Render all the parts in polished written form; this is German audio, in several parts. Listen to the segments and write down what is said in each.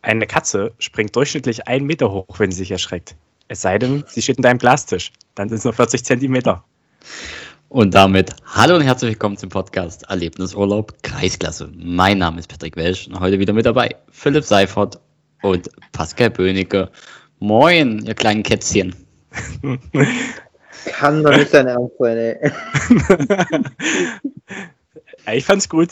eine Katze springt durchschnittlich 1 Meter hoch, wenn sie sich erschreckt. Es sei denn, sie steht in deinem Glastisch. Dann sind es nur 40 Zentimeter. Und damit hallo und herzlich willkommen zum Podcast Erlebnisurlaub Kreisklasse. Mein Name ist Patrick Welsch und heute wieder mit dabei Philipp Seifert und Pascal Böhnecke. Moin, ihr kleinen Kätzchen. Kann doch nicht dein Ernst sein, ey. Ich fand's gut.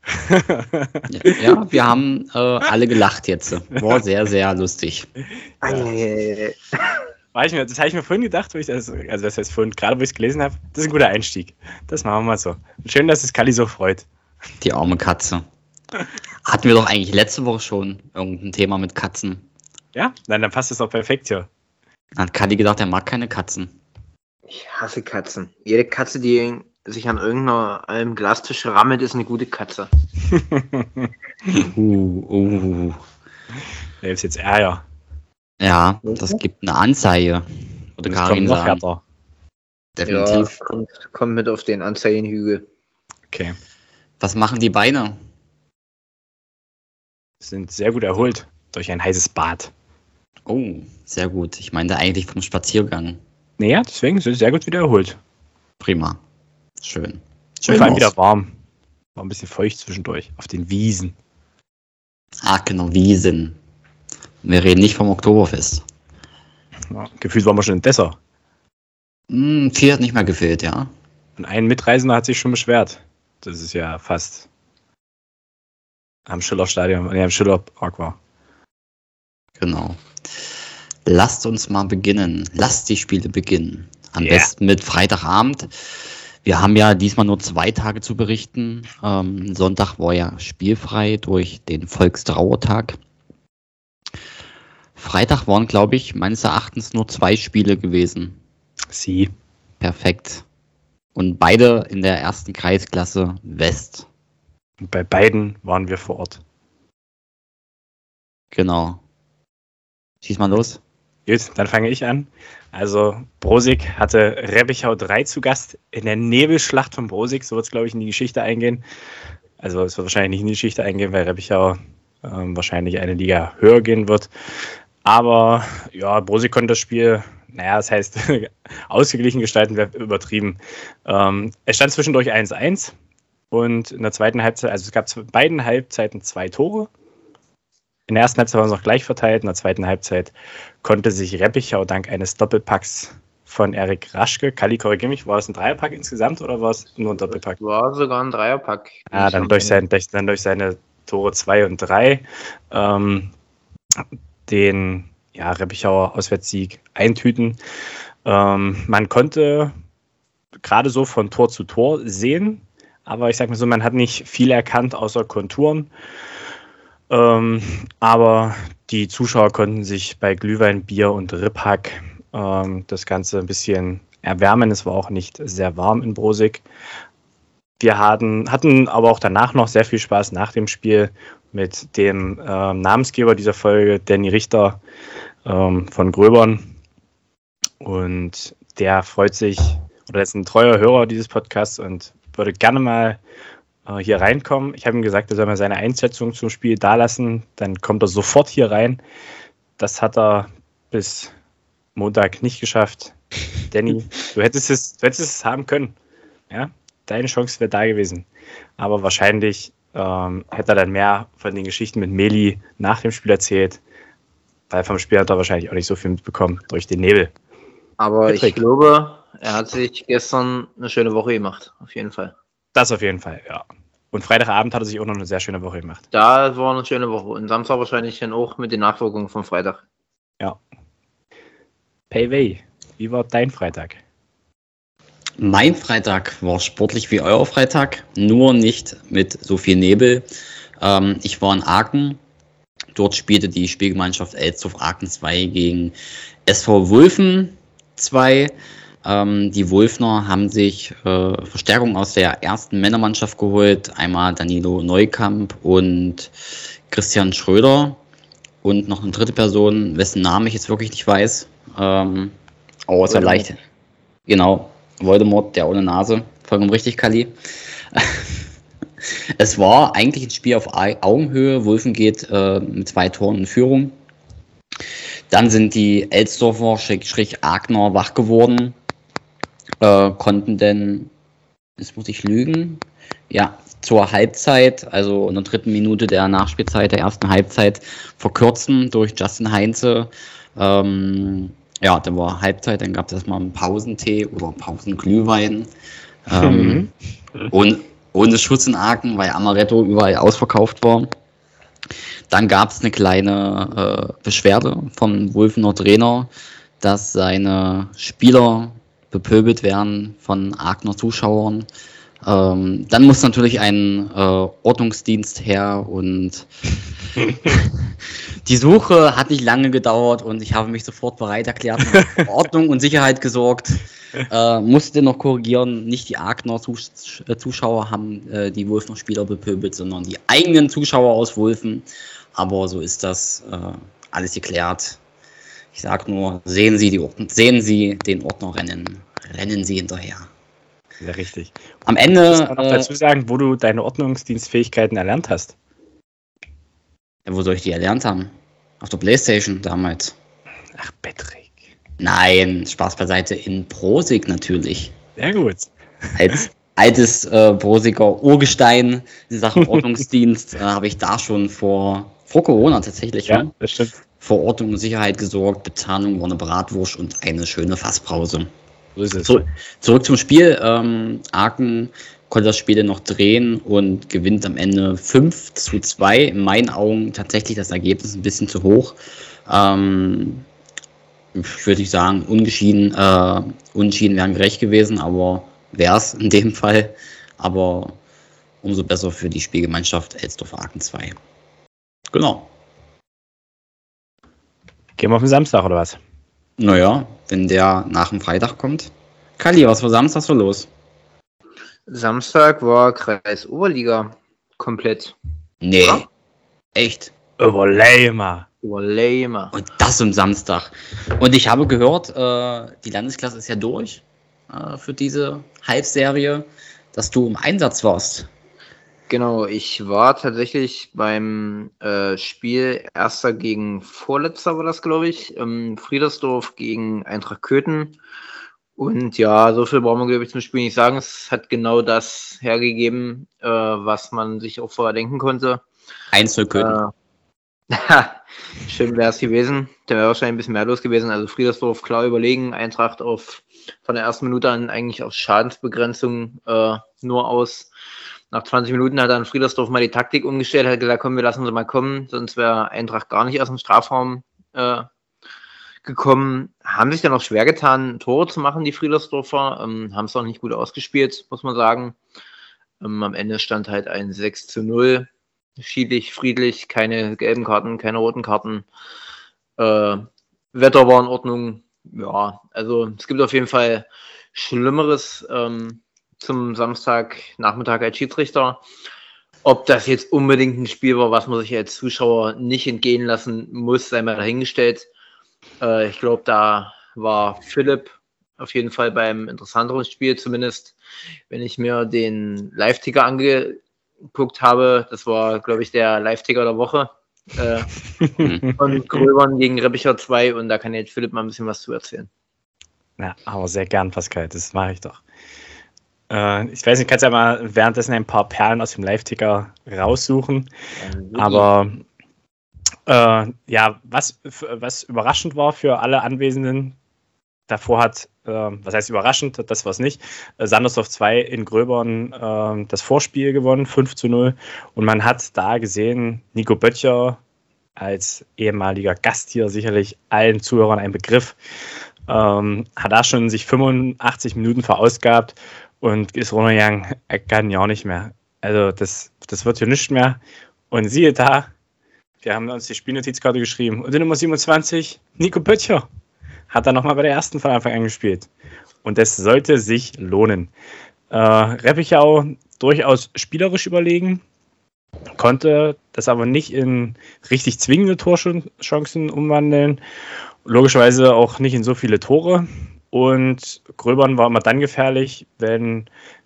Ja, wir haben alle gelacht jetzt. War sehr, sehr lustig. Das habe ich mir vorhin gedacht, gerade wo ich es gelesen habe, das ist ein guter Einstieg. Das machen wir mal so. Schön, dass es Kalli so freut. Die arme Katze. Hatten wir doch eigentlich letzte Woche schon irgendein Thema mit Katzen. Ja? Nein, dann passt es auch perfekt hier. Dann hat Kalli gedacht, er mag keine Katzen. Ich hasse Katzen. Jede Katze, die sich an irgendeinem Glastisch rammelt, ist eine gute Katze. Der ist jetzt Ärger. Ja, das gibt eine Anzeige. Oder Das kommt noch härter. Definitiv. Ja, kommt mit auf den Anzeigenhügel. Okay. Was machen die Beine? Sind sehr gut erholt durch ein heißes Bad. Oh, sehr gut. Ich meinte eigentlich vom Spaziergang. Naja, deswegen sind sie sehr gut wieder erholt. Prima. Schön. Schön vor allem wieder warm. War ein bisschen feucht zwischendurch auf den Wiesen. Ah, genau, Wiesen. Wir reden nicht vom Oktoberfest. Ja, gefühlt waren wir schon in Dessau. Viel hat nicht mehr gefehlt, ja. Und ein Mitreisender hat sich schon beschwert. Das ist ja fast am Schillerstadion, am Schillerpark war. Genau. Lasst uns mal beginnen. Lasst die Spiele beginnen. Am besten mit Freitagabend. Wir haben ja diesmal nur 2 Tage zu berichten. Sonntag war ja spielfrei durch den Volkstrauertag. Freitag waren, glaube ich, meines Erachtens nur 2 Spiele gewesen. Sie. Perfekt. Und beide in der ersten Kreisklasse West. Und bei beiden waren wir vor Ort. Genau. Schieß mal los. Gut, dann fange ich an. Also Brosig hatte Reppichau 3 zu Gast in der Nebelschlacht von Brosig. So wird es, glaube ich, in die Geschichte eingehen. Also es wird wahrscheinlich nicht in die Geschichte eingehen, weil Reppichau wahrscheinlich eine Liga höher gehen wird. Aber ja, Brosig konnte das Spiel, das heißt, ausgeglichen gestalten wäre übertrieben. Es stand zwischendurch 1-1 und in der zweiten Halbzeit, also es gab zu beiden Halbzeiten 2 Tore. In der ersten Halbzeit waren es noch gleich verteilt, in der zweiten Halbzeit konnte sich Reppichau dank eines Doppelpacks von Erik Raschke, Kalli, korrigiere mich, war es ein Dreierpack insgesamt oder war es nur ein Doppelpack? Das war sogar ein Dreierpack. Ja, dann durch seine Tore 2 und 3 den Reppichauer Auswärtssieg eintüten. Man konnte gerade so von Tor zu Tor sehen, aber ich sag mal so, man hat nicht viel erkannt außer Konturen. Aber die Zuschauer konnten sich bei Glühwein, Bier und Ribhack das Ganze ein bisschen erwärmen. Es war auch nicht sehr warm in Brosig. Wir hatten aber auch danach noch sehr viel Spaß nach dem Spiel mit dem Namensgeber dieser Folge, Danny Richter von Gröbern. Und der freut sich, oder ist ein treuer Hörer dieses Podcasts und würde gerne mal hier reinkommen. Ich habe ihm gesagt, er soll mal seine Einschätzung zum Spiel dalassen. Dann kommt er sofort hier rein. Das hat er bis Montag nicht geschafft. Danny, du hättest es haben können. Ja, deine Chance wäre da gewesen. Aber wahrscheinlich hätte er dann mehr von den Geschichten mit Meli nach dem Spiel erzählt. Weil vom Spiel hat er wahrscheinlich auch nicht so viel mitbekommen durch den Nebel. Aber Patrick. Ich glaube, er hat sich gestern eine schöne Woche gemacht. Auf jeden Fall. Das auf jeden Fall, ja. Und Freitagabend hat er sich auch noch eine sehr schöne Woche gemacht. Da war eine schöne Woche. Und Samstag wahrscheinlich dann auch mit den Nachwirkungen vom Freitag. Ja. Payway, wie war dein Freitag? Mein Freitag war sportlich wie euer Freitag, nur nicht mit so viel Nebel. Ich war in Aachen. Dort spielte die Spielgemeinschaft Elsdorf-Aachen 2 gegen SV Wulfen 2. Die Wulfner haben sich Verstärkung aus der ersten Männermannschaft geholt. Einmal Danilo Neukamp und Christian Schröder. Und noch eine dritte Person, wessen Namen ich jetzt wirklich nicht weiß. Außer leicht. Genau, Voldemort, der ohne Nase. Vollkommen richtig, Kalli. Es war eigentlich ein Spiel auf Augenhöhe. Wulfen geht mit 2 Toren in Führung. Dann sind die Elsdorfer Agner wach geworden. Konnten denn, jetzt muss ich lügen, ja, zur Halbzeit, also in der 3. Minute der Nachspielzeit der ersten Halbzeit, verkürzen durch Justin Heinze. Dann war Halbzeit, dann gab es erstmal einen Pausentee oder Pausenglühwein. Ohne Schuss in Aachen, weil Amaretto überall ausverkauft war. Dann gab es eine kleine Beschwerde vom Wulfener Trainer, dass seine Spieler bepöbelt werden von Aachener Zuschauern. Dann muss natürlich ein Ordnungsdienst her und die Suche hat nicht lange gedauert und ich habe mich sofort bereit erklärt, für Ordnung und Sicherheit gesorgt. Musste noch korrigieren, nicht die Aachener Zuschauer haben die Wulfener Spieler bepöbelt, sondern die eigenen Zuschauer aus Wulfen. Aber so ist das alles geklärt. Ich sage nur, sehen Sie den Ordner rennen Sie hinterher. Ja, richtig. Am Ende. Ich muss noch dazu sagen, wo du deine Ordnungsdienstfähigkeiten erlernt hast. Ja, wo soll ich die erlernt haben? Auf der Playstation damals. Ach, Patrick. Nein, Spaß beiseite, in Prosig natürlich. Sehr gut. Als altes Prosiger Urgestein in Sachen Ordnungsdienst habe ich da schon vor Corona tatsächlich das stimmt. vor Ordnung und Sicherheit gesorgt. Bezahlung war eine Bratwurst und eine schöne Fasspause. So ist es. Zurück zum Spiel. Aachen konnte das Spiel noch drehen und gewinnt am Ende 5-2. In meinen Augen tatsächlich das Ergebnis ein bisschen zu hoch. Ich würde nicht sagen, Unentschieden wären gerecht gewesen, aber wäre es in dem Fall. Aber umso besser für die Spielgemeinschaft Elsdorf-Aachen 2. Genau. Gehen wir auf den Samstag, oder was? Naja, wenn der nach dem Freitag kommt. Kali, was war Samstag so los? Samstag war Kreis-Oberliga komplett. Nee, Ja? echt? Überlehmer. Überlehmer. Und das am Samstag. Und ich habe gehört, die Landesklasse ist ja durch für diese Halbserie, dass du im Einsatz warst. Genau, ich war tatsächlich beim Spiel Erster gegen Vorletzter, war das, glaube ich. Friedersdorf gegen Eintracht Köthen. Und ja, so viel brauchen wir, glaube ich, zum Spiel nicht sagen. Es hat genau das hergegeben, was man sich auch vorher denken konnte. Einzelköthen. Schön wäre es gewesen. Da wäre wahrscheinlich ein bisschen mehr los gewesen. Also Friedersdorf klar überlegen. Eintracht von der ersten Minute an eigentlich auf Schadensbegrenzung nur aus. Nach 20 Minuten hat dann Friedersdorf mal die Taktik umgestellt, hat gesagt, komm, wir lassen sie mal kommen, sonst wäre Eintracht gar nicht aus dem Strafraum gekommen. Haben sich dann auch schwer getan, Tore zu machen, die Friedersdorfer. Haben es auch nicht gut ausgespielt, muss man sagen. Am Ende stand halt ein 6-0. Schiedlich, friedlich, keine gelben Karten, keine roten Karten. Wetter war in Ordnung. Ja, also es gibt auf jeden Fall Schlimmeres zum Samstagnachmittag als Schiedsrichter. Ob das jetzt unbedingt ein Spiel war, was man sich als Zuschauer nicht entgehen lassen muss, sei mal dahingestellt. Ich glaube, da war Philipp auf jeden Fall beim interessanteren Spiel, zumindest wenn ich mir den Live-Ticker angeguckt habe. Das war, glaube ich, der Live-Ticker der Woche von Gröbern gegen Reppicher 2 und da kann jetzt Philipp mal ein bisschen was zu erzählen. Ja, aber sehr gern, Pascal, das mache ich doch. Ich weiß nicht, kannst ja mal währenddessen ein paar Perlen aus dem Live-Ticker raussuchen. Aber was überraschend war für alle Anwesenden, davor hat, was heißt überraschend, das war es nicht, Sandersdorf 2 in Gröbern das Vorspiel gewonnen, 5-0. Und man hat da gesehen, Nico Böttcher als ehemaliger Gast hier sicherlich allen Zuhörern ein Begriff, hat da schon sich 85 Minuten verausgabt und ist runtergegangen, er kann ja auch nicht mehr. Also das wird hier nichts mehr. Und siehe da, wir haben uns die Spielnotizkarte geschrieben. Und die Nummer 27, Nico Böttcher, hat dann nochmal bei der ersten von Anfang an gespielt. Und das sollte sich lohnen. Reppichau durchaus spielerisch überlegen, konnte das aber nicht in richtig zwingende Torchancen umwandeln. Logischerweise auch nicht in so viele Tore. Und Gröbern war immer dann gefährlich, wenn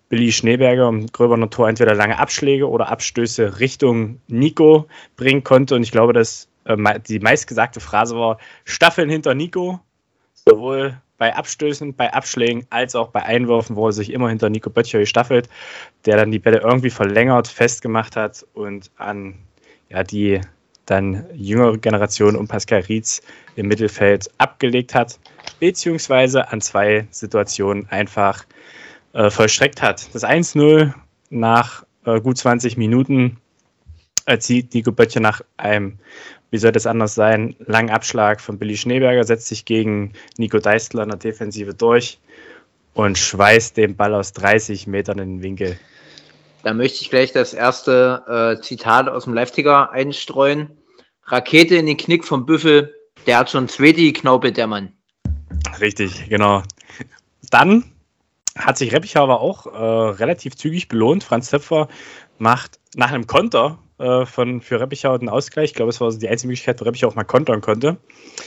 Billy Schneeberger im Gröberner Tor entweder lange Abschläge oder Abstöße Richtung Nico bringen konnte. Und ich glaube, dass die meistgesagte Phrase war, Staffeln hinter Nico, sowohl bei Abstößen, bei Abschlägen als auch bei Einwürfen, wo er sich immer hinter Nico Böttcher gestaffelt, der dann die Bälle irgendwie verlängert, festgemacht hat und an die dann jüngere Generation um Pascal Rietz im Mittelfeld abgelegt hat, beziehungsweise an 2 Situationen einfach vollstreckt hat. Das 1-0 nach gut 20 Minuten erzielt Nico Böttcher nach einem, wie soll das anders sein, langen Abschlag von Billy Schneeberger, setzt sich gegen Nico Deistler in der Defensive durch und schweißt den Ball aus 30 Metern in den Winkel. Da möchte ich gleich das erste Zitat aus dem Live-Ticker einstreuen. Rakete in den Knick vom Büffel, der hat schon Zweti geknaupelt, der Mann. Richtig, genau. Dann hat sich Reppichau aber auch relativ zügig belohnt. Franz Töpfer macht nach einem Konter für Reppichau den Ausgleich. Ich glaube, es war die einzige Möglichkeit, wo Reppichau auch mal kontern konnte.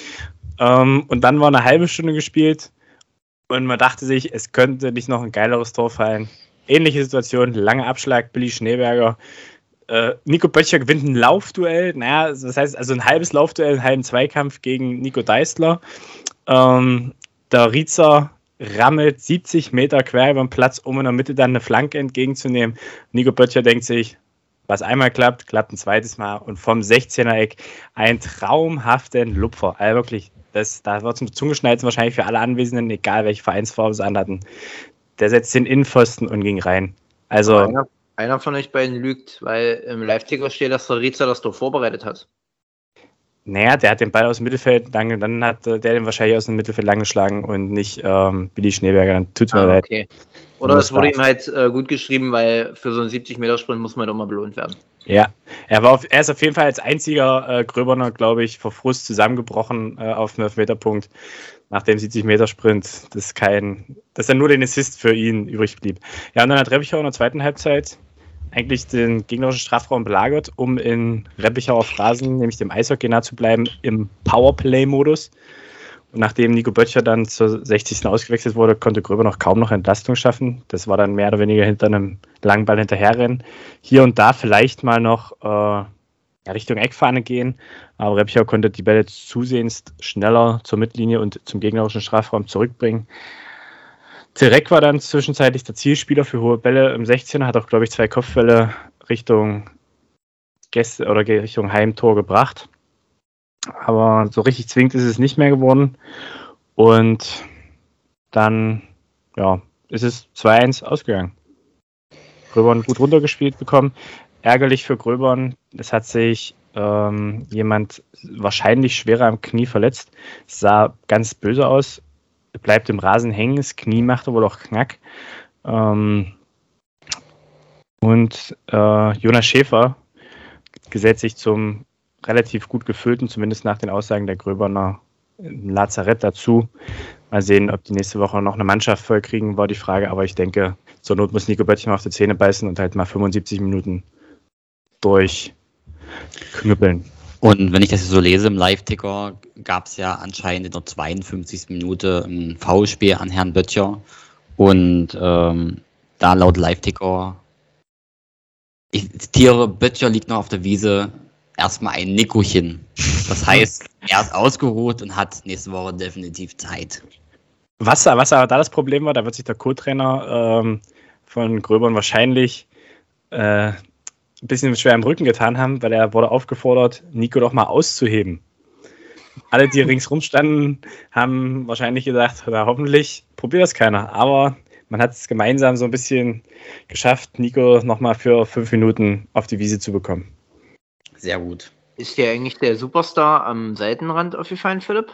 Und dann war eine halbe Stunde gespielt und man dachte sich, es könnte nicht noch ein geileres Tor fallen. Ähnliche Situation, langer Abschlag, Billy Schneeberger. Nico Böttcher gewinnt ein Laufduell, das heißt also ein halbes Laufduell, einen halben Zweikampf gegen Nico Deistler. Der Rietzer rammelt 70 Meter quer über den Platz, um in der Mitte dann eine Flanke entgegenzunehmen. Nico Böttcher denkt sich, was einmal klappt, klappt ein zweites Mal und vom 16er-Eck ein traumhaften Lupfer. Also wirklich, da wird zum Zungeschnalzen wahrscheinlich für alle Anwesenden, egal welche Vereinsfarbe sie anhatten. Der setzt den Innenpfosten und ging rein. Also einer von euch beiden lügt, weil im Live-Ticker steht, dass der Rietzer das Tor vorbereitet hat. Naja, der hat den Ball aus dem Mittelfeld lang, dann hat der den wahrscheinlich aus dem Mittelfeld lang geschlagen und nicht Billy Schneeberger. Dann tut's mir leid. Okay. Oder es wurde ihm halt gut geschrieben, weil für so einen 70-Meter-Sprint muss man doch mal belohnt werden. Ja, er ist auf jeden Fall als einziger Gröberner, glaube ich, vor Frust zusammengebrochen auf dem 11-Meter-Punkt nach dem 70-Meter-Sprint. Dass dann nur den Assist für ihn übrig blieb. Ja, und dann hat Reppichau in der zweiten Halbzeit eigentlich den gegnerischen Strafraum belagert, um in Reppichauer Phrasen, nämlich dem Eishockey nah zu bleiben, im Powerplay-Modus. Und nachdem Nico Böttcher dann zur 60. ausgewechselt wurde, konnte Gröber noch kaum noch Entlastung schaffen. Das war dann mehr oder weniger hinter einem langen Ball hinterherrennen. Hier und da vielleicht mal noch Richtung Eckfahne gehen, aber Reppichau konnte die Bälle zusehends schneller zur Mittellinie und zum gegnerischen Strafraum zurückbringen. Terek war dann zwischenzeitlich der Zielspieler für hohe Bälle im 16er, hat auch, glaube ich, 2 Kopfbälle Richtung Gäste oder Richtung Heimtor gebracht. Aber so richtig zwingend ist es nicht mehr geworden. Und dann ist es 2-1 ausgegangen. Gröbern gut runtergespielt bekommen. Ärgerlich für Gröbern. Es hat sich jemand wahrscheinlich schwerer am Knie verletzt. Es sah ganz böse aus. Bleibt im Rasen hängen, das Knie macht aber auch Knack. Und Jonas Schäfer gesellt sich zum relativ gut gefüllten, zumindest nach den Aussagen der Gröberner, Lazarett dazu. Mal sehen, ob die nächste Woche noch eine Mannschaft voll kriegen, war die Frage. Aber ich denke, zur Not muss Nico Böttcher mal auf die Zähne beißen und halt mal 75 Minuten durchknüppeln. Und wenn ich das so lese im Live-Ticker, gab es ja anscheinend in der 52. Minute ein Foulspiel an Herrn Böttcher. Und da laut Live-Ticker, ich zitiere, Böttcher liegt noch auf der Wiese, erstmal ein Nickochen. Das heißt, er ist ausgeruht und hat nächste Woche definitiv Zeit. Was aber da das Problem war, da wird sich der Co-Trainer von Gröbern wahrscheinlich ein bisschen schwer im Rücken getan haben, weil er wurde aufgefordert, Nico doch mal auszuheben. Alle, die ringsrum standen, haben wahrscheinlich gedacht, na, hoffentlich probiert das keiner. Aber man hat es gemeinsam so ein bisschen geschafft, Nico nochmal für 5 Minuten auf die Wiese zu bekommen. Sehr gut. Ist dir eigentlich der Superstar am Seitenrand aufgefallen, Philipp?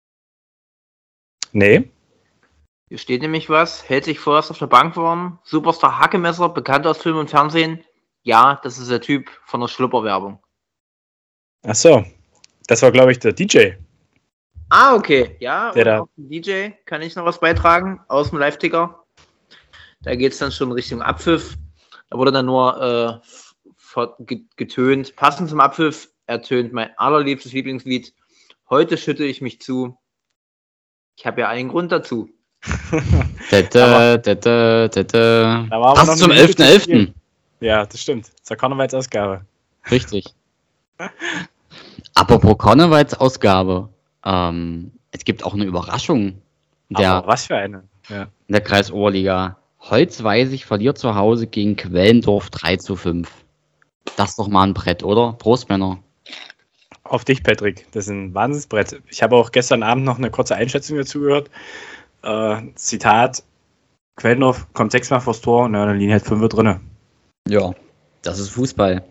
Nee. Hier steht nämlich was, hält sich vorerst auf der Bank warm. Superstar Hackemesser, bekannt aus Film und Fernsehen. Ja, das ist der Typ von der Schlüpper-Werbung. Ach so, das war, glaube ich, der DJ. Ah, okay. Ja, der da. Auf den DJ kann ich noch was beitragen aus dem Live-Ticker. Da geht es dann schon Richtung Abpfiff. Da wurde dann nur getönt. Passend zum Abpfiff ertönt mein allerliebstes Lieblingslied. Heute schütte ich mich zu. Ich habe ja einen Grund dazu. Da war aber Passt noch zum eine Minute zu 11.11. spielen. Ja, das stimmt. Zur Karnevalsausgabe. Richtig. Apropos Karnevalsausgabe. Es gibt auch eine Überraschung Aber was für eine. Ja. in der Kreisoberliga. Holzweisig verliert zu Hause gegen Quellendorf 3:5. Das ist doch mal ein Brett, oder? Prost, Männer. Auf dich, Patrick. Das ist ein Wahnsinnsbrett. Ich habe auch gestern Abend noch eine kurze Einschätzung dazu gehört. Zitat: Quellendorf kommt 6-mal vors Tor und in der Linie hat 5 drinne. Ja, das ist Fußball.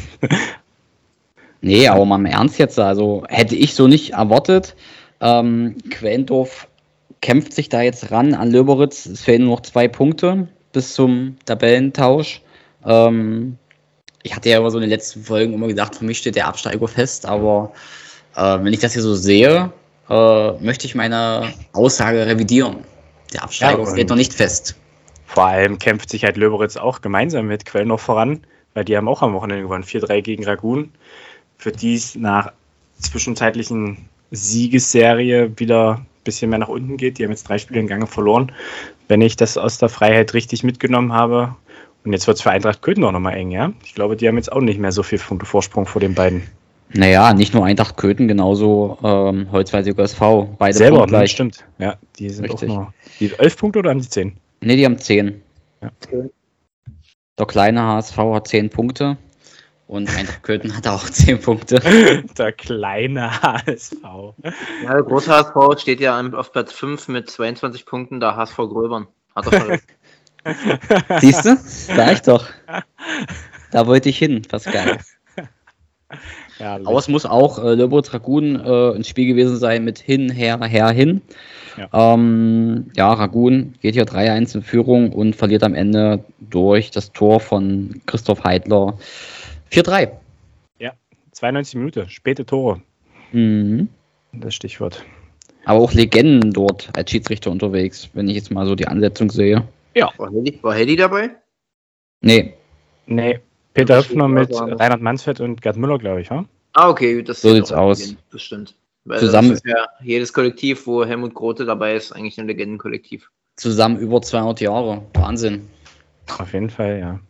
Nee, aber mal im Ernst jetzt, also hätte ich so nicht erwartet. Quellendorf kämpft sich da jetzt ran an Löberitz. Es fehlen nur noch 2 Punkte bis zum Tabellentausch. Ich hatte ja über so in den letzten Folgen immer gesagt, für mich steht der Absteiger fest, aber wenn ich das hier so sehe, möchte ich meine Aussage revidieren. Der Absteiger steht noch nicht fest. Vor allem kämpft sich halt Löberitz auch gemeinsam mit Quellendorf voran, weil die haben auch am Wochenende gewonnen. 4-3 gegen Ragun. Für die es nach zwischenzeitlichen Siegesserie wieder ein bisschen mehr nach unten geht. Die haben jetzt 3 Spiele in Gange verloren. Wenn ich das aus der Freiheit richtig mitgenommen habe. Und jetzt wird es für Eintracht Köthen auch nochmal eng, ja? Ich glaube, die haben jetzt auch nicht mehr so viel Punkte Vorsprung vor den beiden. Naja, nicht nur Eintracht Köthen, genauso Holzweisig SV. Beide Selber, gleich. Stimmt. Ja, die sind Richtig. auch nur. Die 11 Punkte oder haben die 10? Ne, die haben 10. Ja. Der kleine HSV hat 10 Punkte. Und Eintracht Köthen hat auch 10 Punkte. Der kleine HSV. Ja, der große HSV steht ja auf Platz 5 mit 22 Punkten, der HSV Gröbern. Hat er schon recht. Siehst du? Sag ich doch. Da wollte ich hin. Was geil. Ja, Aber es muss auch Löberitz Ragun ein Spiel gewesen sein mit hin, her, hin. Ja, Ragun geht hier 3-1 in Führung und verliert am Ende durch das Tor von Christoph Heidler 4-3. Ja, 92 Minuten, späte Tore. Mhm. Das Stichwort. Aber auch Legenden dort als Schiedsrichter unterwegs, wenn ich jetzt mal so die Ansetzung sehe. Ja. War Hedy dabei? Nee, Peter Das Höpfner mit steht also Reinhard Mansfeld und Gerd Müller, glaube ich, ja? Ah, okay, das So steht sieht's auch aus. Legenden, das stimmt. Weil Zusammen- das ist ja jedes Kollektiv, wo Helmut Grote dabei ist, eigentlich ein Legendenkollektiv. zusammen über 200 Jahre. Wahnsinn. Auf jeden Fall, ja.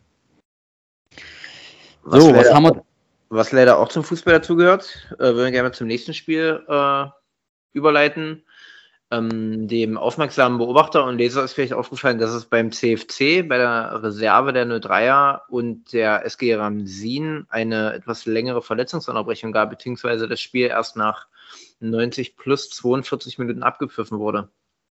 So, was haben wir? Was leider auch zum Fußball dazugehört, würden wir gerne zum nächsten Spiel überleiten. Dem aufmerksamen Beobachter und Leser ist vielleicht aufgefallen, dass es beim CFC, bei der Reserve der 03er und der SG Ramsin eine etwas längere Verletzungsunterbrechung gab, beziehungsweise das Spiel erst nach 90 plus 42 Minuten abgepfiffen wurde.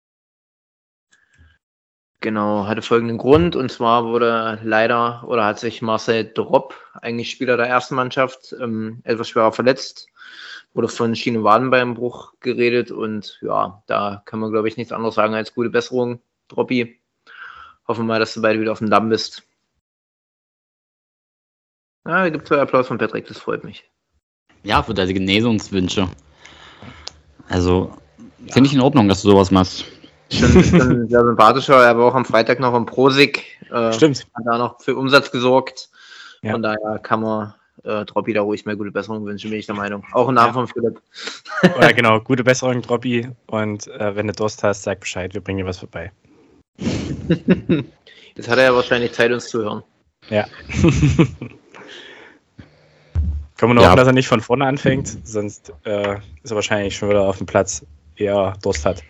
Genau, hatte folgenden Grund, und zwar hat sich Marcel Dropp, eigentlich Spieler der ersten Mannschaft, etwas schwerer verletzt, wurde von Schiene-Wadenbeinbruch geredet, und ja, da kann man, glaube ich, nichts anderes sagen als gute Besserung, Droppi. Hoffen wir mal, dass du beide wieder auf dem Damm bist. Ja, da gibt es 2 Applaus von Patrick, das freut mich. Ja, für deine Genesungswünsche. Also, finde ich in Ordnung, dass du sowas machst. Schon sehr sympathischer, er war auch am Freitag noch im Prosig. Stimmt. Hat da noch für Umsatz gesorgt. Ja. Von daher kann man Droppi da ruhig mehr gute Besserung wünschen, bin ich der Meinung. Auch im Namen von Philipp. Oder genau, gute Besserung, Droppi. Und wenn du Durst hast, sag Bescheid, wir bringen dir was vorbei. Jetzt hat er ja wahrscheinlich Zeit, uns zu hören. Ja. Können wir nur hoffen, dass er nicht von vorne anfängt, sonst ist er wahrscheinlich schon wieder auf dem Platz, eher Durst hat.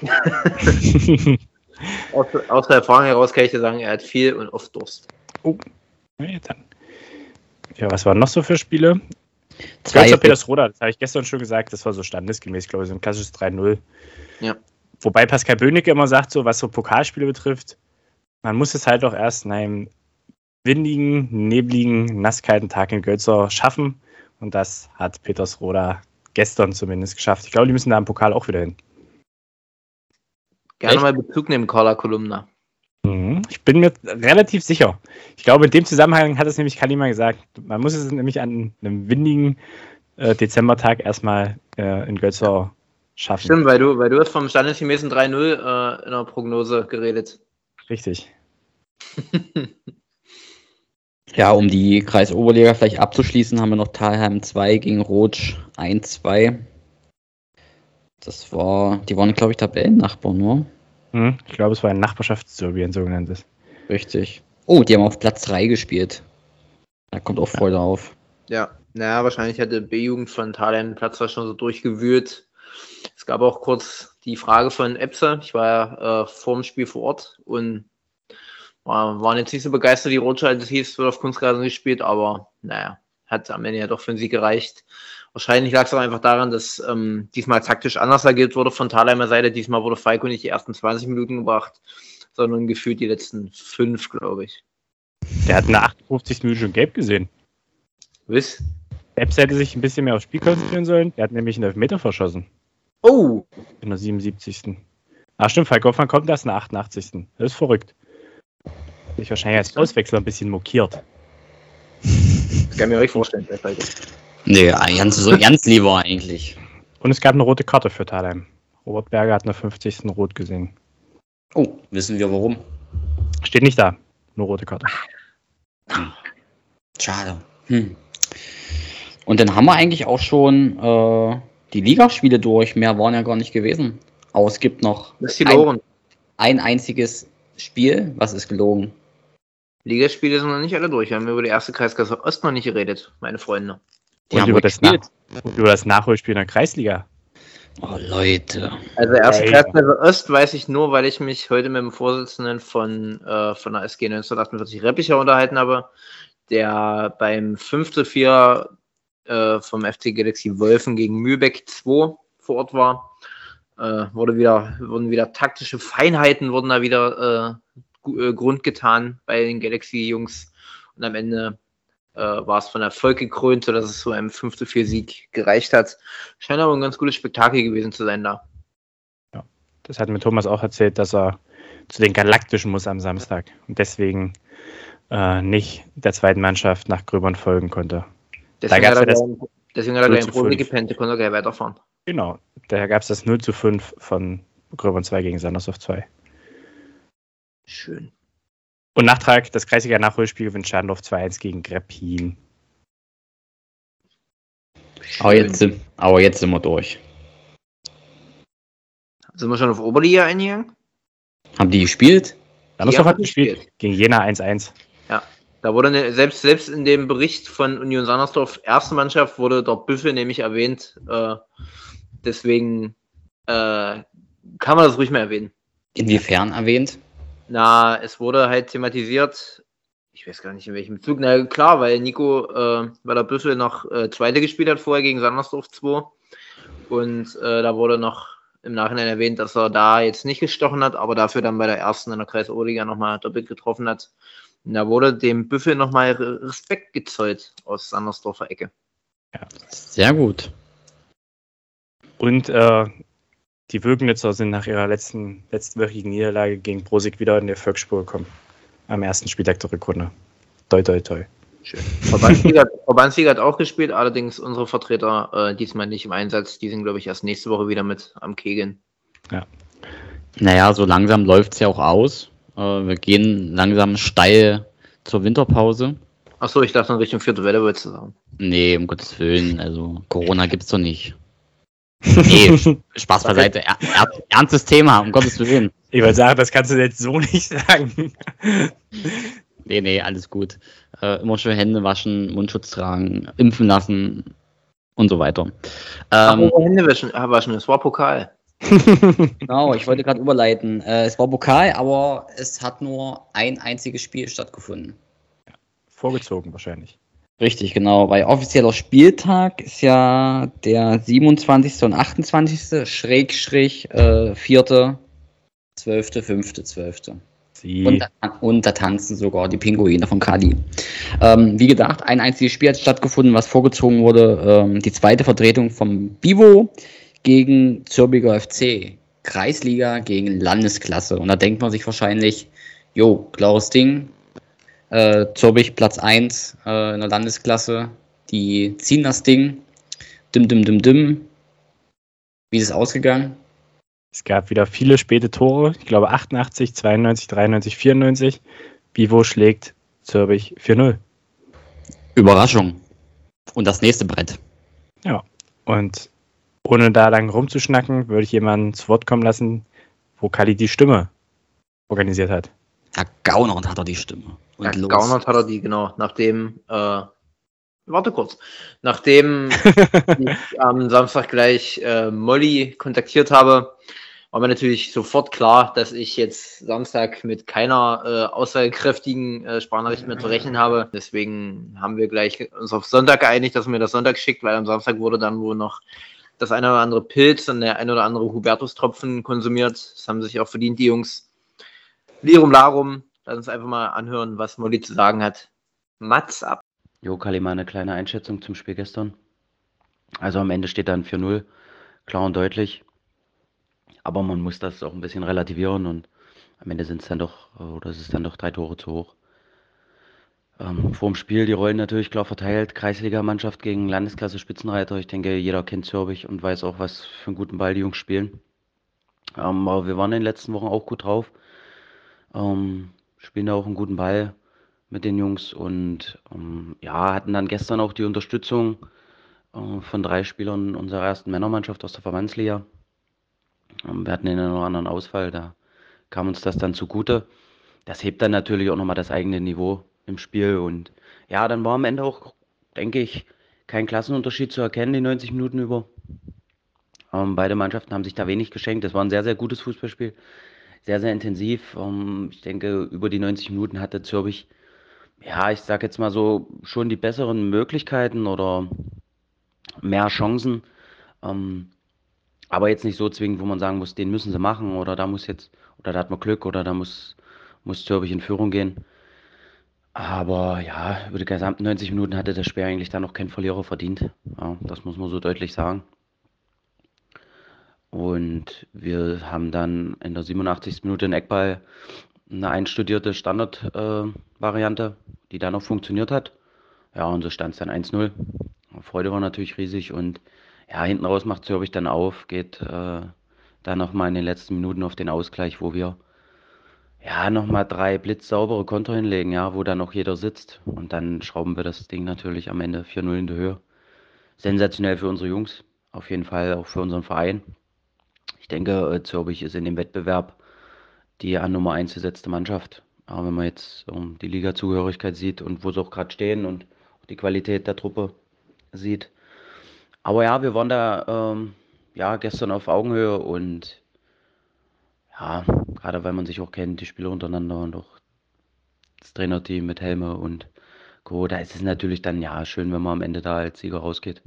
Aus der Erfahrung heraus kann ich dir sagen, er hat viel und oft Durst. Oh, ja, dann. Ja, was waren noch so für Spiele? 2 Petersroda, das habe ich gestern schon gesagt, das war so standesgemäß, glaube ich, so ein klassisches 3-0. Ja. Wobei Pascal Böhnecke immer sagt, so was so Pokalspiele betrifft, man muss es halt auch erst in einem windigen, nebligen, nasskalten Tag in Götzer schaffen, und das hat Petersroda gestern zumindest geschafft. Ich glaube, die müssen da im Pokal auch wieder hin. Gerne Echt? mal Bezug nehmen, Carla Kolumna. Ich bin mir relativ sicher. Ich glaube, in dem Zusammenhang hat es nämlich Kalima gesagt, man muss es nämlich an einem windigen Dezembertag erstmal in Götzer schaffen. Stimmt, weil du hast vom standesgemäßen 3-0 in der Prognose geredet. Richtig. Ja, um die Kreisoberliga vielleicht abzuschließen, haben wir noch Thalheim 2 gegen Rotsch 1-2. Die waren, glaube ich, Tabellennachbarn nur. Ich glaube, es war ein Nachbarschaftsderby, ein sogenanntes. Richtig. Oh, die haben auf Platz 3 gespielt. Da kommt auch Freude auf. Ja, naja, wahrscheinlich hätte B-Jugend von Thalheim den Platz da schon so durchgewühlt. Es gab auch kurz die Frage von Epse. Ich war ja vor dem Spiel vor Ort und waren jetzt nicht so begeistert, die Rotschalt, das hieß, wird auf Kunstgrasen gespielt, aber naja, hat am Ende ja doch für den Sieg gereicht. Wahrscheinlich lag es auch einfach daran, dass diesmal taktisch anders agiert wurde von Thalheimer Seite. Diesmal wurde Falco nicht die ersten 20 Minuten gebracht, sondern gefühlt die letzten 5, glaube ich. Der hat in der 58. Minute schon gelb gesehen. Wiss? Epps hätte sich ein bisschen mehr aufs Spiel konzentrieren sollen. Der hat nämlich einen Elfmeter verschossen. Oh! In der 77. Stimmt, Falk Hoffmann kommt erst in der 88. Das ist verrückt. Ich wahrscheinlich als Auswechsler ein bisschen mokiert. Das kann ich mir euch vorstellen. Nee, ganz lieber eigentlich. Und es gab eine rote Karte für Thalheim. Robert Berger hat in der 50. rot gesehen. Oh, wissen wir warum? Steht nicht da. Nur rote Karte. Schade. Und dann haben wir eigentlich auch schon die Ligaspiele durch. Mehr waren ja gar nicht gewesen. Aber es gibt noch ein einziges Spiel. Was ist gelogen? Ligaspiele sind noch nicht alle durch. Wir haben über die erste Kreisklasse Ost noch nicht geredet, meine Freunde. Die haben über das Nachholspiel in der Kreisliga. Oh, Leute. Also erste Kreisklasse Ost weiß ich nur, weil ich mich heute mit dem Vorsitzenden von der SG 1948 Reppicher unterhalten habe, der beim 5:4 vom FC Galaxy Wölfen gegen Mühlbeck 2 vor Ort war. Wurden wieder taktische Feinheiten wurden da wieder grundgetan bei den Galaxy-Jungs. Und am Ende war es von Erfolg gekrönt, sodass es zu einem 5:4 Sieg gereicht hat. Scheint aber ein ganz gutes Spektakel gewesen zu sein da. Ja, das hat mir Thomas auch erzählt, dass er zu den Galaktischen muss am Samstag und deswegen nicht der zweiten Mannschaft nach Gröbern folgen konnte. Deswegen hat er gleich im Profi gepennt, konnte er gleich weiterfahren. Genau, daher gab es das 0:5 von Gröbern 2 gegen Sandersdorf 2. Schön. Und Nachtrag, das Kreisliga-Nachholspiel gewinnt Schadendorf 2-1 gegen Greppin. Aber jetzt sind wir durch. Sind wir schon auf Oberliga eingegangen? Haben die gespielt? Sandersdorf hat gespielt. Gegen Jena 1-1. Ja, da wurde selbst in dem Bericht von Union Sandersdorf erste Mannschaft wurde dort Büffel nämlich erwähnt. Deswegen kann man das ruhig mal erwähnen. Inwiefern erwähnt? Na, es wurde halt thematisiert, ich weiß gar nicht in welchem Bezug, na klar, weil Nico bei der Büffel noch Zweite gespielt hat vorher gegen Sandersdorf 2 und da wurde noch im Nachhinein erwähnt, dass er da jetzt nicht gestochen hat, aber dafür dann bei der ersten in der Kreisoberliga nochmal doppelt getroffen hat. Und da wurde dem Büffel nochmal Respekt gezollt aus Sandersdorfer Ecke. Ja. Sehr gut. Und die Wögnitzer sind nach ihrer letztwöchigen Niederlage gegen Brosig wieder in die Erfolgsspur gekommen. Am ersten Spieltag der Rückrunde. Toi, toi, toi. Schön. Verbandsliga hat auch gespielt, allerdings unsere Vertreter diesmal nicht im Einsatz. Die sind, glaube ich, erst nächste Woche wieder mit am Kegeln. Ja. Naja, so langsam läuft es ja auch aus. Wir gehen langsam steil zur Winterpause. Achso, ich dachte in Richtung vierte Welle, wolltest du sagen. Nee, um Gottes Willen. Also Corona gibt's doch nicht. Nee, Spaß beiseite. Ernstes Thema, um Gottes Willen. Ich wollte sagen, das kannst du jetzt so nicht sagen. Nee, alles gut. Immer schön Hände waschen, Mundschutz tragen, impfen lassen und so weiter. Hände waschen, es war Pokal. Genau, ich wollte gerade überleiten. Es war Pokal, aber es hat nur ein einziges Spiel stattgefunden. Vorgezogen wahrscheinlich. Richtig, genau, weil offizieller Spieltag ist ja der 27. und 28. Schrägstrich 4., 12., 5., 12. Und da tanzen sogar die Pinguine von Kali. Wie gesagt, ein einziges Spiel hat stattgefunden, was vorgezogen wurde. Die zweite Vertretung vom Bivo gegen Zürbiger FC. Kreisliga gegen Landesklasse. Und da denkt man sich wahrscheinlich, klares Ding. Zürbich Platz 1 in der Landesklasse. Die ziehen das Ding. Dim. Wie ist es ausgegangen? Es gab wieder viele späte Tore. Ich glaube 88, 92, 93, 94. Bivo schlägt Zürbich 4-0. Überraschung. Und das nächste Brett. Ja, und ohne da lang rumzuschnacken, würde ich jemanden zu Wort kommen lassen, wo Kalli die Stimme organisiert hat. Ja, Gaunert hat er die Stimme. Und ja, Gaunert hat er die, genau. Nachdem ich am Samstag gleich Molly kontaktiert habe, war mir natürlich sofort klar, dass ich jetzt Samstag mit keiner aussagekräftigen Sprachnachricht mehr zu rechnen habe. Deswegen haben wir gleich uns auf Sonntag geeinigt, dass mir das Sonntag schickt, weil am Samstag wurde dann wohl noch das eine oder andere Pilz und der ein oder andere Hubertus-Tropfen konsumiert. Das haben sich auch verdient, die Jungs. Lirum Larum, lass uns einfach mal anhören, was Molly zu sagen hat. Mats ab. Jo, Kalli, mal eine kleine Einschätzung zum Spiel gestern. Also am Ende steht dann 4-0, klar und deutlich. Aber man muss das auch ein bisschen relativieren und am Ende sind es dann doch, oder es ist dann doch 3 Tore zu hoch. Vor dem Spiel die Rollen natürlich klar verteilt. Kreisligamannschaft gegen Landesklasse-Spitzenreiter. Ich denke, jeder kennt Zürbich und weiß auch, was für einen guten Ball die Jungs spielen. Aber wir waren in den letzten Wochen auch gut drauf. Spielen da auch einen guten Ball mit den Jungs und hatten dann gestern auch die Unterstützung von 3 Spielern unserer ersten Männermannschaft aus der Verbandsliga. Wir hatten den einen oder anderen Ausfall, da kam uns das dann zugute. Das hebt dann natürlich auch nochmal das eigene Niveau im Spiel und ja, dann war am Ende auch, denke ich, kein Klassenunterschied zu erkennen, die 90 Minuten über. Beide Mannschaften haben sich da wenig geschenkt. Es war ein sehr, sehr gutes Fußballspiel, sehr, sehr intensiv. Ich denke, über die 90 Minuten hatte Zürbich, ja, ich sag jetzt mal so, schon die besseren Möglichkeiten oder mehr Chancen. Aber jetzt nicht so zwingend, wo man sagen muss, den müssen sie machen oder da hat man Glück oder da muss Zürbich in Führung gehen. Aber ja, über die gesamten 90 Minuten hatte das Spiel eigentlich dann noch kein Verlierer verdient. Ja, das muss man so deutlich sagen. Und wir haben dann in der 87. Minute in Eckball eine einstudierte Standardvariante, die dann auch funktioniert hat. Ja, und so stand es dann 1-0. Freude war natürlich riesig und ja, hinten raus macht Zürbich dann auf, geht dann nochmal in den letzten Minuten auf den Ausgleich, wo wir ja nochmal 3 blitzsaubere Konter hinlegen, ja, wo dann auch jeder sitzt. Und dann schrauben wir das Ding natürlich am Ende 4-0 in die Höhe. Sensationell für unsere Jungs, auf jeden Fall auch für unseren Verein. Ich denke, Zürbich ist in dem Wettbewerb die an Nummer 1 gesetzte Mannschaft. Aber wenn man jetzt die Liga-Zugehörigkeit sieht und wo sie auch gerade stehen und auch die Qualität der Truppe sieht. Aber ja, wir waren da gestern auf Augenhöhe und ja, gerade weil man sich auch kennt, die Spieler untereinander und auch das Trainerteam mit Helme und Co., da ist es natürlich dann ja schön, wenn man am Ende da als Sieger rausgeht.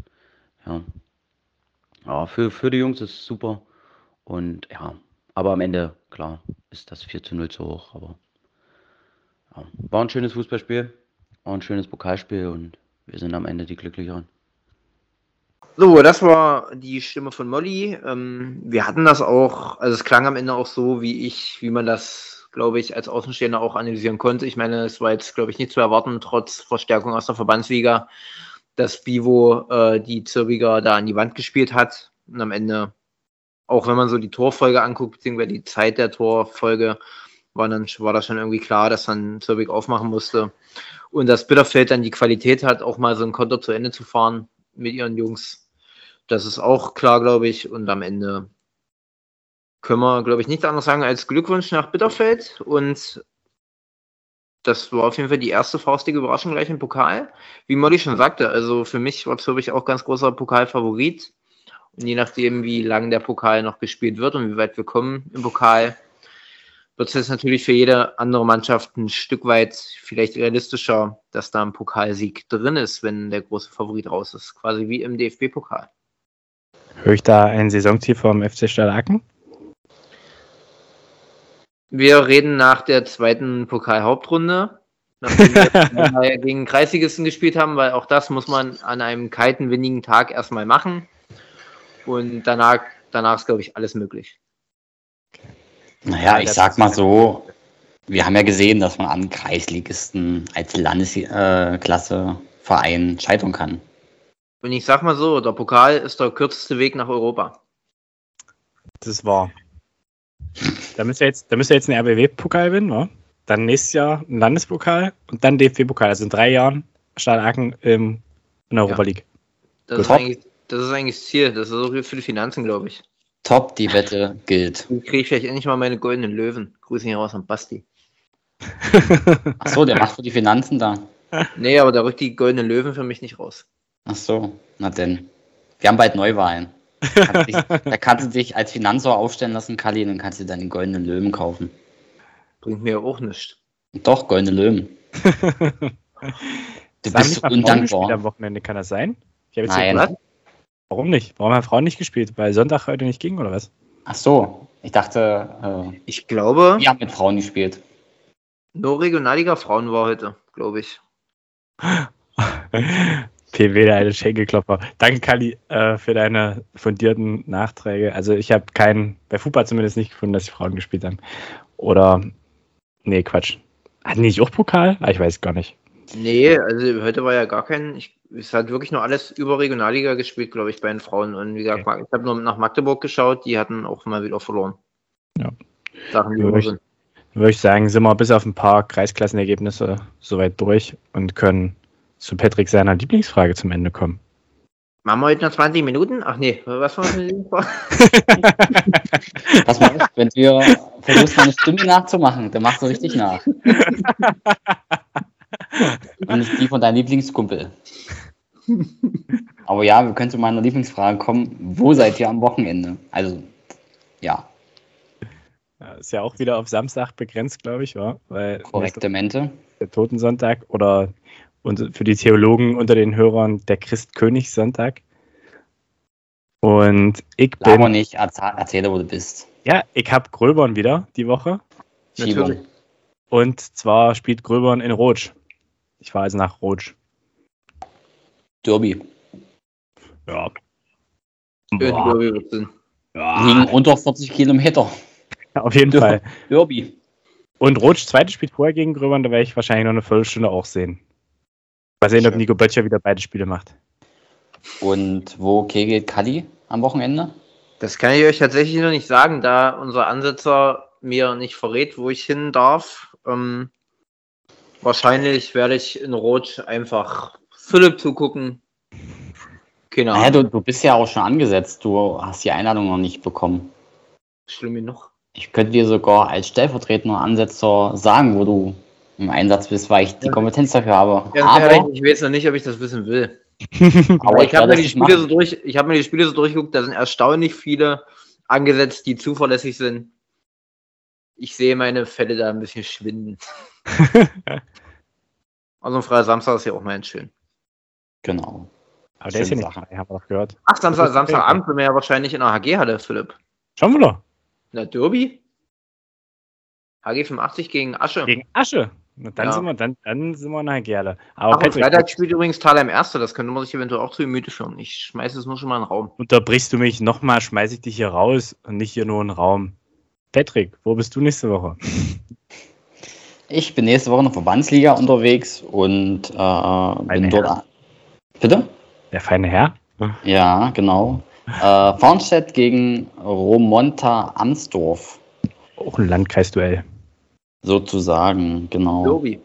Ja, für die Jungs ist es super und ja, aber am Ende, klar, ist das 4-0 zu hoch, aber ja, war ein schönes Fußballspiel, war ein schönes Pokalspiel und wir sind am Ende die Glücklicheren. So, das war die Stimme von Molly. Wir hatten das auch, also es klang am Ende auch so, wie man das, glaube ich, als Außenstehender auch analysieren konnte. Ich meine, es war jetzt, glaube ich, nicht zu erwarten, trotz Verstärkung aus der Verbandsliga, dass Bivo die Zürbiger da an die Wand gespielt hat. Und am Ende, auch wenn man so die Torfolge anguckt, beziehungsweise die Zeit der Torfolge, war das schon irgendwie klar, dass dann Zürbich aufmachen musste. Und dass Bitterfeld dann die Qualität hat, auch mal so ein Konter zu Ende zu fahren mit ihren Jungs. Das ist auch klar, glaube ich. Und am Ende können wir, glaube ich, nichts anderes sagen als Glückwunsch nach Bitterfeld. Und das war auf jeden Fall die erste faustige Überraschung gleich im Pokal. Wie Molly schon sagte, also für mich war Zürbich auch ganz großer Pokalfavorit. Und je nachdem, wie lang der Pokal noch gespielt wird und wie weit wir kommen im Pokal, wird es natürlich für jede andere Mannschaft ein Stück weit vielleicht realistischer, dass da ein Pokalsieg drin ist, wenn der große Favorit raus ist. Quasi wie im DFB-Pokal. Höre ich da ein Saisonziel vom FC Steyr-Aachen? Wir reden nach der zweiten Pokal-Hauptrunde, nachdem wir gegen Kreisligisten gespielt haben, weil auch das muss man an einem kalten, windigen Tag erstmal machen. Und danach ist, glaube ich, alles möglich. Naja, ich sag mal so, wir haben ja gesehen, dass man an Kreisligisten als Landesklasseverein scheitern kann. Und ich sag mal so, der Pokal ist der kürzeste Weg nach Europa. Das ist wahr. Da müsst ihr jetzt einen RBW-Pokal gewinnen, wa? Dann nächstes Jahr ein Landespokal und dann DFB-Pokal. Also in 3 Jahren Steyr-Aachen in der Europa League. Das ist eigentlich das Ziel. Das ist auch für die Finanzen, glaube ich. Top, die Wette gilt. Dann kriege ich vielleicht endlich mal meine goldenen Löwen. Grüße hier raus an Basti. Achso, der macht für die Finanzen da. Nee, aber da rückt die goldenen Löwen für mich nicht raus. Achso, na denn. Wir haben bald Neuwahlen. Da kannst du dich als Finanzer aufstellen lassen, Kalli, dann kannst du dann den goldenen Löwen kaufen. Bringt mir auch nichts. Doch, goldene Löwen. Du bist so undankbar. Am Wochenende, kann das sein? Ich jetzt Nein. Gesagt, warum nicht? Warum haben Frauen nicht gespielt? Weil Sonntag heute nicht ging, oder was? Ach so, ich dachte, Ich glaube, wir haben mit Frauen gespielt. nur Regionalliga-Frauen war heute, glaube ich. PW, der alte Schenkelklopfer. Danke, Kalli, für deine fundierten Nachträge. Also ich habe bei Fußball zumindest nicht gefunden, dass die Frauen gespielt haben. Oder, nee, Quatsch. Hatten die nicht auch Pokal? Ich weiß gar nicht. Nee, also heute war ja gar kein. Es hat wirklich nur alles über Regionalliga gespielt, glaube ich, bei den Frauen. Und wie gesagt, okay. Ich habe nur nach Magdeburg geschaut, die hatten auch mal wieder verloren. Ja. Sachen, die würde ich sagen, sind wir bis auf ein paar Kreisklassenergebnisse soweit durch und können zu Patrick seiner Lieblingsfrage zum Ende kommen. Machen wir heute noch 20 Minuten? Ach nee, was war das mit dem Frage? Was machst du, wenn du versuchst, deine Stimme nachzumachen? Dann machst du richtig nach. Und nicht die von deinem Lieblingskumpel. Aber ja, wir können zu meiner Lieblingsfrage kommen. Wo seid ihr am Wochenende? Also, ja. Ist ja auch wieder auf Samstag begrenzt, glaube ich, wa? Weil korrekte Mente. Der Totensonntag oder und für die Theologen unter den Hörern der Christkönigssonntag. Und ich bin... Aber nicht, erzähle, wo du bist. Ja, ich habe Gröbern wieder die Woche. Natürlich. Und zwar spielt Gröbern in Rotsch. Ich fahre also nach Rotsch. Derby. Ja. Liegen unter 40 Kilometer. Auf jeden Fall. Derby. Und Rotsch zweite spielt vorher gegen Gröbern, da werde ich wahrscheinlich noch eine Viertelstunde auch sehen. Mal sehen, ob Nico Böttcher wieder beide Spiele macht. Und wo kegelt Kalli am Wochenende? Das kann ich euch tatsächlich noch nicht sagen, da unser Ansetzer mir nicht verrät, wo ich hin darf. Wahrscheinlich werde ich in Rot einfach Philipp zugucken. Keine Ahnung. Naja, du bist ja auch schon angesetzt. Du hast die Einladung noch nicht bekommen. Schlimm genug. Ich könnte dir sogar als stellvertretender Ansetzer sagen, wo du im Einsatz bist, weil ich die Kompetenz dafür habe. Ja, aber ich weiß noch nicht, ob ich das wissen will. Aber ich habe mir die Spiele so durchgeguckt, da sind erstaunlich viele angesetzt, die zuverlässig sind. Ich sehe meine Fälle da ein bisschen schwinden. Also ein freier Samstag ist ja auch mal schön. Genau. Aber der ist ja nicht frei, haben wir doch gehört. Ach, Samstagabend sind wir ja wahrscheinlich in der HG-Halle, Philipp. Schauen wir doch. Na, Derby? HG 85 gegen Asche. Gegen Asche? Na, dann, sind wir in der HG-Halle. Aber Patrick, Freitag spielt übrigens Thalheim Erste, das könnte man sich eventuell auch zu Gemüte führen. Ich schmeiße es nur schon mal in den Raum. Unterbrichst du mich nochmal, schmeiße ich dich hier raus und nicht hier nur in den Raum. Patrick, wo bist du nächste Woche? Ich bin nächste Woche in der Verbandsliga unterwegs und bin dort. Bitte? Der feine Herr? Ja, genau. Farnstedt gegen Romonta Amsdorf. Auch ein Landkreisduell. Sozusagen, genau. Derby.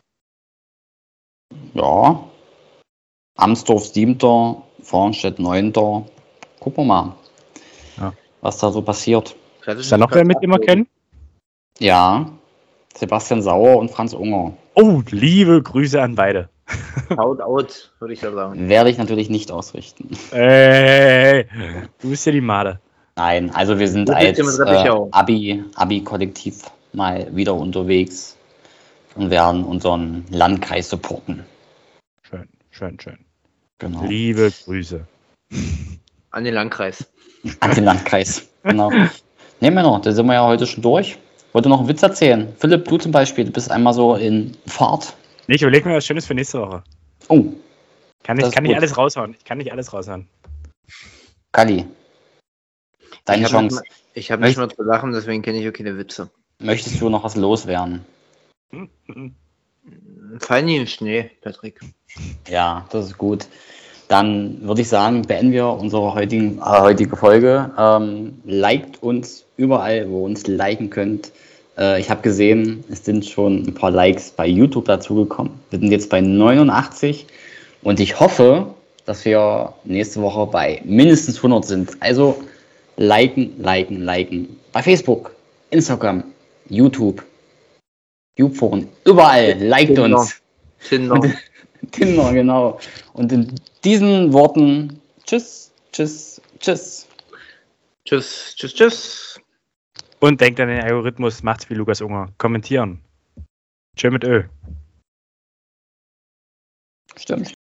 Ja. Amsdorf 7., Farnstedt 9. Gucken wir mal, was da so passiert. Ist da noch wer mit, den wir kennen? Ja. Sebastian Sauer und Franz Unger. Oh, liebe Grüße an beide. Out, würde ich ja sagen. Werde ich natürlich nicht ausrichten. Ey, du bist ja die Made. Nein, also wir sind als Abi-Kollektiv mal wieder unterwegs und werden unseren Landkreis supporten. Schön. Genau. Liebe Grüße. An den Landkreis. An den Landkreis, genau. Nehmen wir noch, da sind wir ja heute schon durch. Wollte noch einen Witz erzählen. Philipp, du zum Beispiel, du bist einmal so in Fahrt. Ich überlege mir was Schönes für nächste Woche. Oh. Kann nicht alles raushauen. Ich kann nicht alles raushauen. Kalli, deine Chance. Ich habe nicht mal zu lachen, deswegen kenne ich auch keine Witze. Möchtest du noch was loswerden? Fallen die in Schnee, Patrick. Ja, das ist gut. Dann würde ich sagen, beenden wir unsere heutige Folge. Liked uns überall, wo ihr uns liken könnt. Ich habe gesehen, es sind schon ein paar Likes bei YouTube dazugekommen. Wir sind jetzt bei 89 und ich hoffe, dass wir nächste Woche bei mindestens 100 sind. Also liken. Bei Facebook, Instagram, YouTube, YouPorn, überall. Liked Tinder. uns. Tinder. Tinder, genau. Und in diesen Worten, tschüss. Tschüss, tschüss. Und denkt an den Algorithmus, macht's wie Lukas Unger. Kommentieren. Tschö mit Ö. Stimmt.